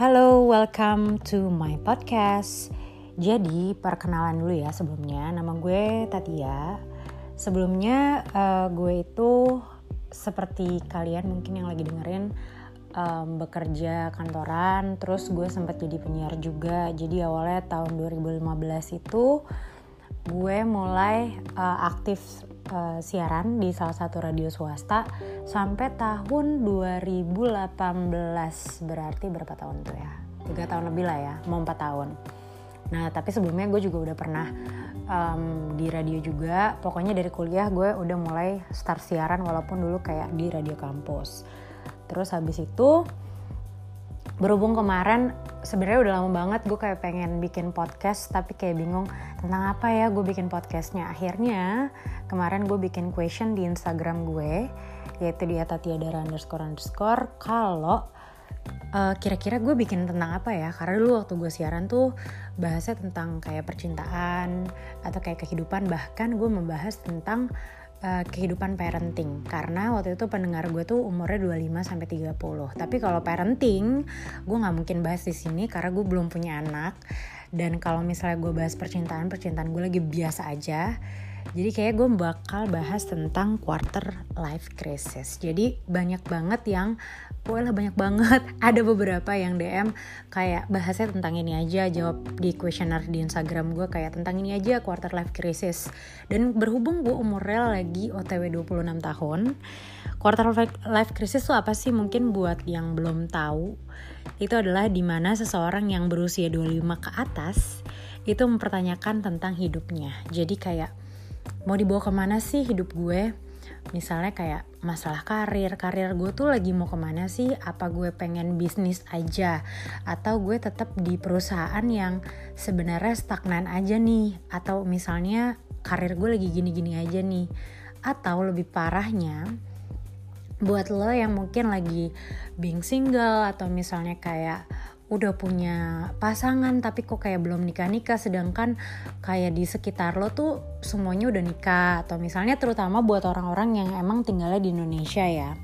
Halo, welcome to my podcast. Jadi, perkenalan dulu ya sebelumnya. Nama gue Tatia. Sebelumnya gue itu seperti kalian mungkin yang lagi dengerin bekerja kantoran. Terus gue sempat jadi penyiar juga. Jadi awalnya tahun 2015 itu gue mulai aktif siaran di salah satu radio swasta sampai tahun 2018, berarti berapa tahun tuh ya? 3 tahun lebih lah ya, mau 4 tahun. Nah tapi sebelumnya gue juga udah pernah di radio juga. Pokoknya dari kuliah gue udah mulai start siaran walaupun dulu kayak di radio kampus. Terus habis itu berhubung kemarin sebenarnya udah lama banget gue kayak pengen bikin podcast tapi kayak bingung tentang apa ya gue bikin podcastnya. Akhirnya kemarin gue bikin question di Instagram gue, yaitu di @tatiadara__ kalau kira-kira gue bikin tentang apa ya, karena dulu waktu gue siaran tuh bahasnya tentang kayak percintaan atau kayak kehidupan, bahkan gue membahas tentang kehidupan parenting, karena waktu itu pendengar gue tuh umurnya 25-30. Tapi kalau parenting gue nggak mungkin bahas di sini karena gue belum punya anak. Dan kalau misalnya gue bahas percintaan gue lagi biasa aja. Jadi kayak gue bakal bahas tentang quarter life crisis. Jadi banyak banget yang ada beberapa yang DM kayak bahasnya tentang ini aja, jawab di questionnaire di Instagram gue kayak tentang ini aja, quarter life crisis. Dan berhubung gue umurnya lagi OTW 26 tahun, quarter life crisis itu apa sih? Mungkin buat yang belum tahu, itu adalah dimana seseorang yang berusia 25 ke atas itu mempertanyakan tentang hidupnya. Jadi kayak mau dibawa kemana sih hidup gue? Misalnya kayak masalah karir gue tuh lagi mau kemana sih? Apa gue pengen bisnis aja? Atau gue tetap di perusahaan yang sebenarnya stagnan aja nih? Atau misalnya karir gue lagi gini-gini aja nih? Atau lebih parahnya, buat lo yang mungkin lagi being single atau misalnya kayak udah punya pasangan tapi kok kayak belum nikah-nikah, sedangkan kayak di sekitar lo tuh semuanya udah nikah. Atau misalnya terutama buat orang-orang yang emang tinggalnya di Indonesia ya.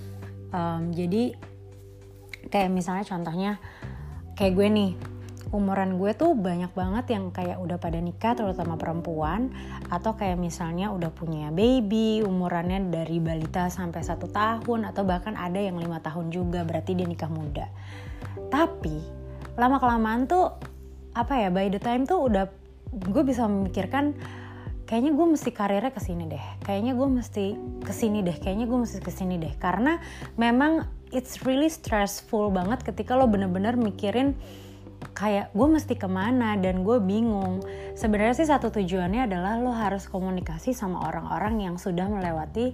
Jadi kayak misalnya contohnya kayak gue nih, umuran gue tuh banyak banget yang kayak udah pada nikah, terutama perempuan. Atau kayak misalnya udah punya baby, umurannya dari balita sampai 1 tahun. Atau bahkan ada yang 5 tahun juga, berarti dia nikah muda. Tapi lama-kelamaan tuh by the time tuh udah gue bisa memikirkan kayaknya gue mesti karirnya kesini deh, kayaknya gue mesti kesini deh, karena memang it's really stressful banget ketika lo bener-bener mikirin kayak gue mesti kemana dan gue bingung. Sebenarnya sih satu tujuannya adalah lo harus komunikasi sama orang-orang yang sudah melewati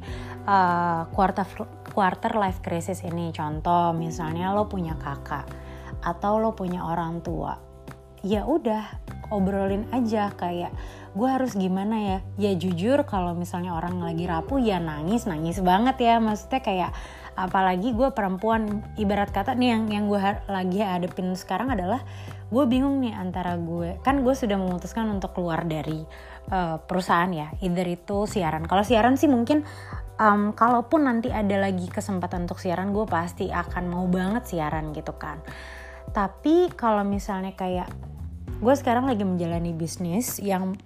quarter life crisis ini. Contoh misalnya lo punya kakak atau lo punya orang tua, ya udah obrolin aja kayak gue harus gimana ya. Ya jujur kalau misalnya orang lagi rapuh ya nangis banget ya, maksudnya kayak apalagi gue perempuan, ibarat kata nih yang gue lagi hadepin sekarang adalah gue bingung nih antara gue sudah memutuskan untuk keluar dari perusahaan ya, either itu siaran. Kalau siaran sih mungkin kalaupun nanti ada lagi kesempatan untuk siaran, gue pasti akan mau banget siaran gitu kan. Tapi kalau misalnya kayak gue sekarang lagi menjalani bisnis yang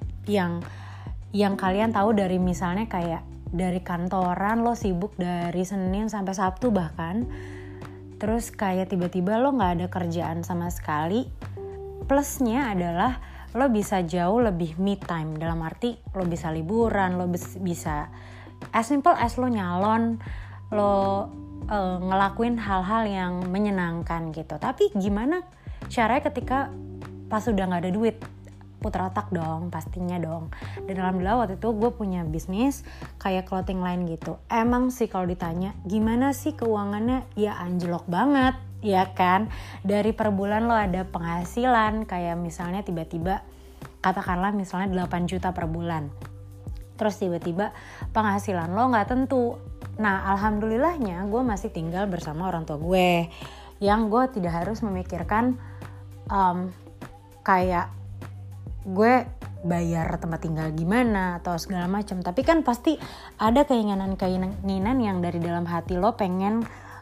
kalian tahu dari misalnya kayak dari kantoran lo sibuk dari Senin sampai Sabtu bahkan, terus kayak tiba-tiba lo nggak ada kerjaan sama sekali. Plusnya adalah lo bisa jauh lebih me time, dalam arti lo bisa liburan, lo bisa as simple as lo nyalon, lo ngelakuin hal-hal yang menyenangkan gitu. Tapi gimana caranya ketika pas udah nggak ada duit? Putar otak dong, pastinya dong. Dan alhamdulillah waktu itu gue punya bisnis kayak clothing line gitu. Emang sih kalau ditanya gimana sih keuangannya, ya anjlok banget ya kan. Dari per bulan lo ada penghasilan kayak misalnya tiba-tiba katakanlah misalnya 8 juta per bulan, terus tiba-tiba penghasilan lo gak tentu. Nah alhamdulillahnya gue masih tinggal bersama orang tua gue, yang gue tidak harus memikirkan kayak gue bayar tempat tinggal gimana atau segala macam. Tapi kan pasti ada keinginan yang dari dalam hati lo pengen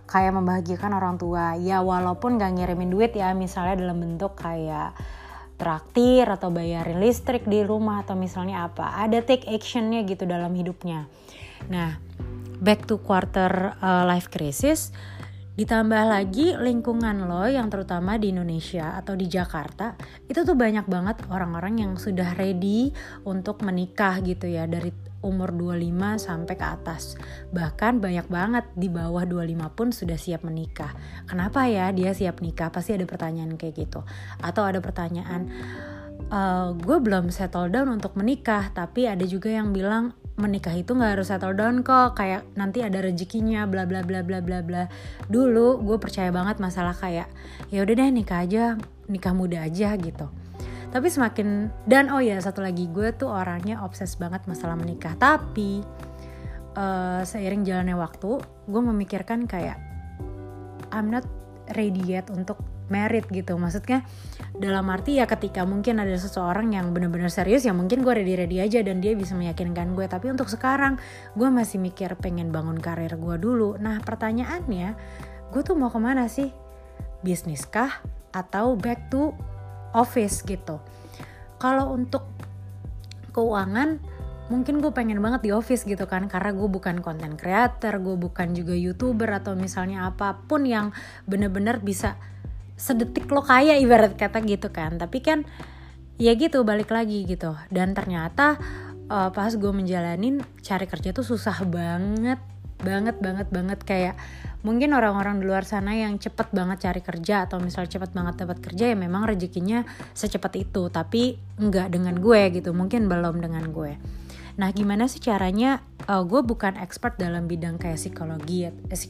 kayak membahagiakan orang tua. Ya walaupun gak ngirimin duit ya, misalnya dalam bentuk kayak traktir atau bayarin listrik di rumah atau misalnya apa. Ada take actionnya gitu dalam hidupnya. Nah, back to quarter life crisis, ditambah lagi lingkungan lo yang terutama di Indonesia atau di Jakarta, itu tuh banyak banget orang-orang yang sudah ready untuk menikah gitu ya, dari umur 25 sampai ke atas. Bahkan banyak banget di bawah 25 pun sudah siap menikah. Kenapa ya dia siap nikah? Pasti ada pertanyaan kayak gitu. Atau ada pertanyaan, gue belum settle down untuk menikah, tapi ada juga yang bilang menikah itu nggak harus settle down kok, kayak nanti ada rezekinya bla bla bla bla bla bla. Dulu gue percaya banget masalah kayak ya udah deh nikah aja, nikah muda aja gitu. Tapi semakin, dan oh ya satu lagi, gue tuh orangnya obses banget masalah menikah. Tapi seiring jalannya waktu, gue memikirkan kayak I'm not ready yet untuk married gitu. Maksudnya dalam arti ya ketika mungkin ada seseorang yang benar-benar serius, ya mungkin gue ready aja dan dia bisa meyakinkan gue. Tapi untuk sekarang gue masih mikir pengen bangun karir gue dulu. Nah pertanyaannya, gue tuh mau kemana sih? Bisnis kah? Atau back to office gitu? Kalau untuk keuangan, mungkin gue pengen banget di office gitu kan, karena gue bukan content creator, gue bukan juga YouTuber atau misalnya apapun yang benar-benar bisa sedetik lo kaya ibarat kata gitu kan. Tapi kan ya gitu, balik lagi gitu. Dan ternyata pas gue menjalanin cari kerja tuh susah banget kayak mungkin orang-orang di luar sana yang cepet banget cari kerja atau misalnya cepet banget dapat kerja, ya memang rezekinya secepat itu. Tapi enggak dengan gue gitu, mungkin belum dengan gue. Nah gimana sih caranya? Gue bukan expert dalam bidang kayak psikologi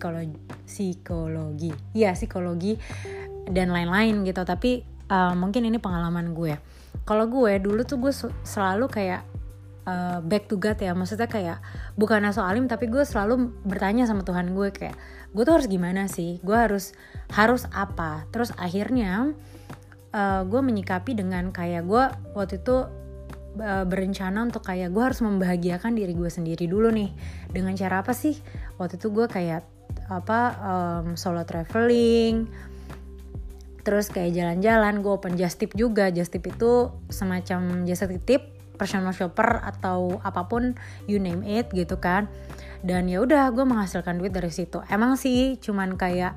dan lain-lain gitu, tapi mungkin ini pengalaman gue. Kalau gue dulu tuh gue selalu kayak back to God ya, maksudnya kayak bukan so alim, tapi gue selalu bertanya sama Tuhan gue kayak gue tuh harus gimana sih, gue harus apa. Terus akhirnya gue menyikapi dengan kayak gue waktu itu berencana untuk kayak gue harus membahagiakan diri gue sendiri dulu nih. Dengan cara apa sih? Waktu itu gue kayak solo traveling, terus kayak jalan-jalan. Gue open Just Tip juga. Just Tip itu semacam jasa titip, personal shopper atau apapun, you name it gitu kan. Dan ya udah gue menghasilkan duit dari situ. Emang sih cuman kayak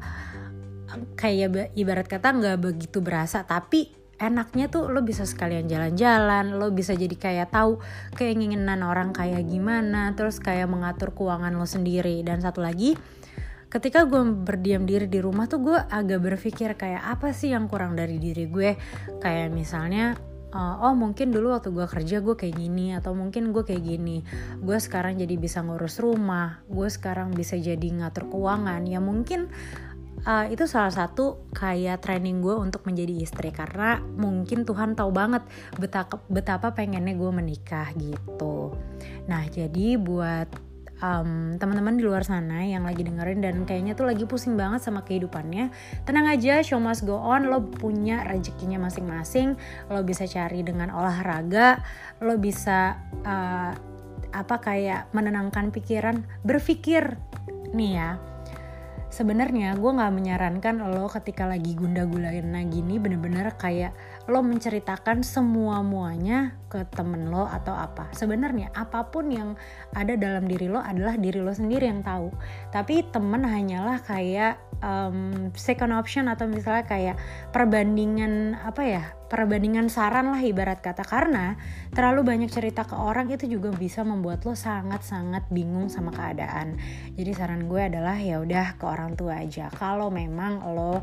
ibarat kata nggak begitu berasa, tapi enaknya tuh lo bisa sekalian jalan-jalan, lo bisa jadi kayak tahu keinginan orang kayak gimana, terus kayak mengatur keuangan lo sendiri. Dan satu lagi, ketika gue berdiam diri di rumah tuh gue agak berpikir kayak apa sih yang kurang dari diri gue. Kayak misalnya mungkin dulu waktu gue kerja gue kayak gini, atau mungkin gue kayak gini, gue sekarang jadi bisa ngurus rumah, gue sekarang bisa jadi ngatur keuangan. Ya mungkin itu salah satu kayak training gue untuk menjadi istri, karena mungkin Tuhan tahu banget betapa pengennya gue menikah gitu. Nah jadi buat teman-teman di luar sana yang lagi dengerin dan kayaknya tuh lagi pusing banget sama kehidupannya, tenang aja, show must go on. Lo punya rezekinya masing-masing. Lo bisa cari dengan olahraga, lo bisa kayak menenangkan pikiran, berpikir nih ya. Sebenarnya gue gak menyarankan lo ketika lagi gundah-gulana gini bener-bener kayak lo menceritakan semua-muanya ke temen lo atau apa. Sebenarnya apapun yang ada dalam diri lo adalah diri lo sendiri yang tahu. Tapi temen hanyalah kayak second option, atau misalnya kayak perbandingan saran lah ibarat kata. Karena terlalu banyak cerita ke orang itu juga bisa membuat lo sangat-sangat bingung sama keadaan. Jadi saran gue adalah ya udah ke orang tua aja. Kalau memang lo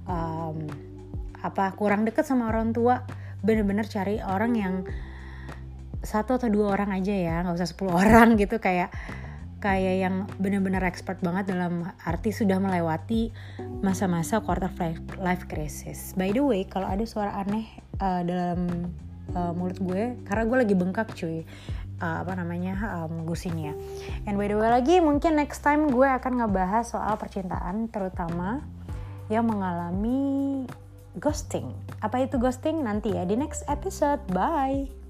kurang deket sama orang tua, bener-bener cari orang yang 1 atau 2 orang aja ya, nggak usah 10 orang gitu, kayak yang benar-benar expert banget dalam arti sudah melewati masa-masa quarter life crisis. By the way, kalau ada suara aneh dalam mulut gue, karena gue lagi bengkak cuy, gusinya. And by the way lagi, mungkin next time gue akan ngebahas soal percintaan, terutama yang mengalami ghosting. Apa itu ghosting? Nanti ya di next episode. Bye.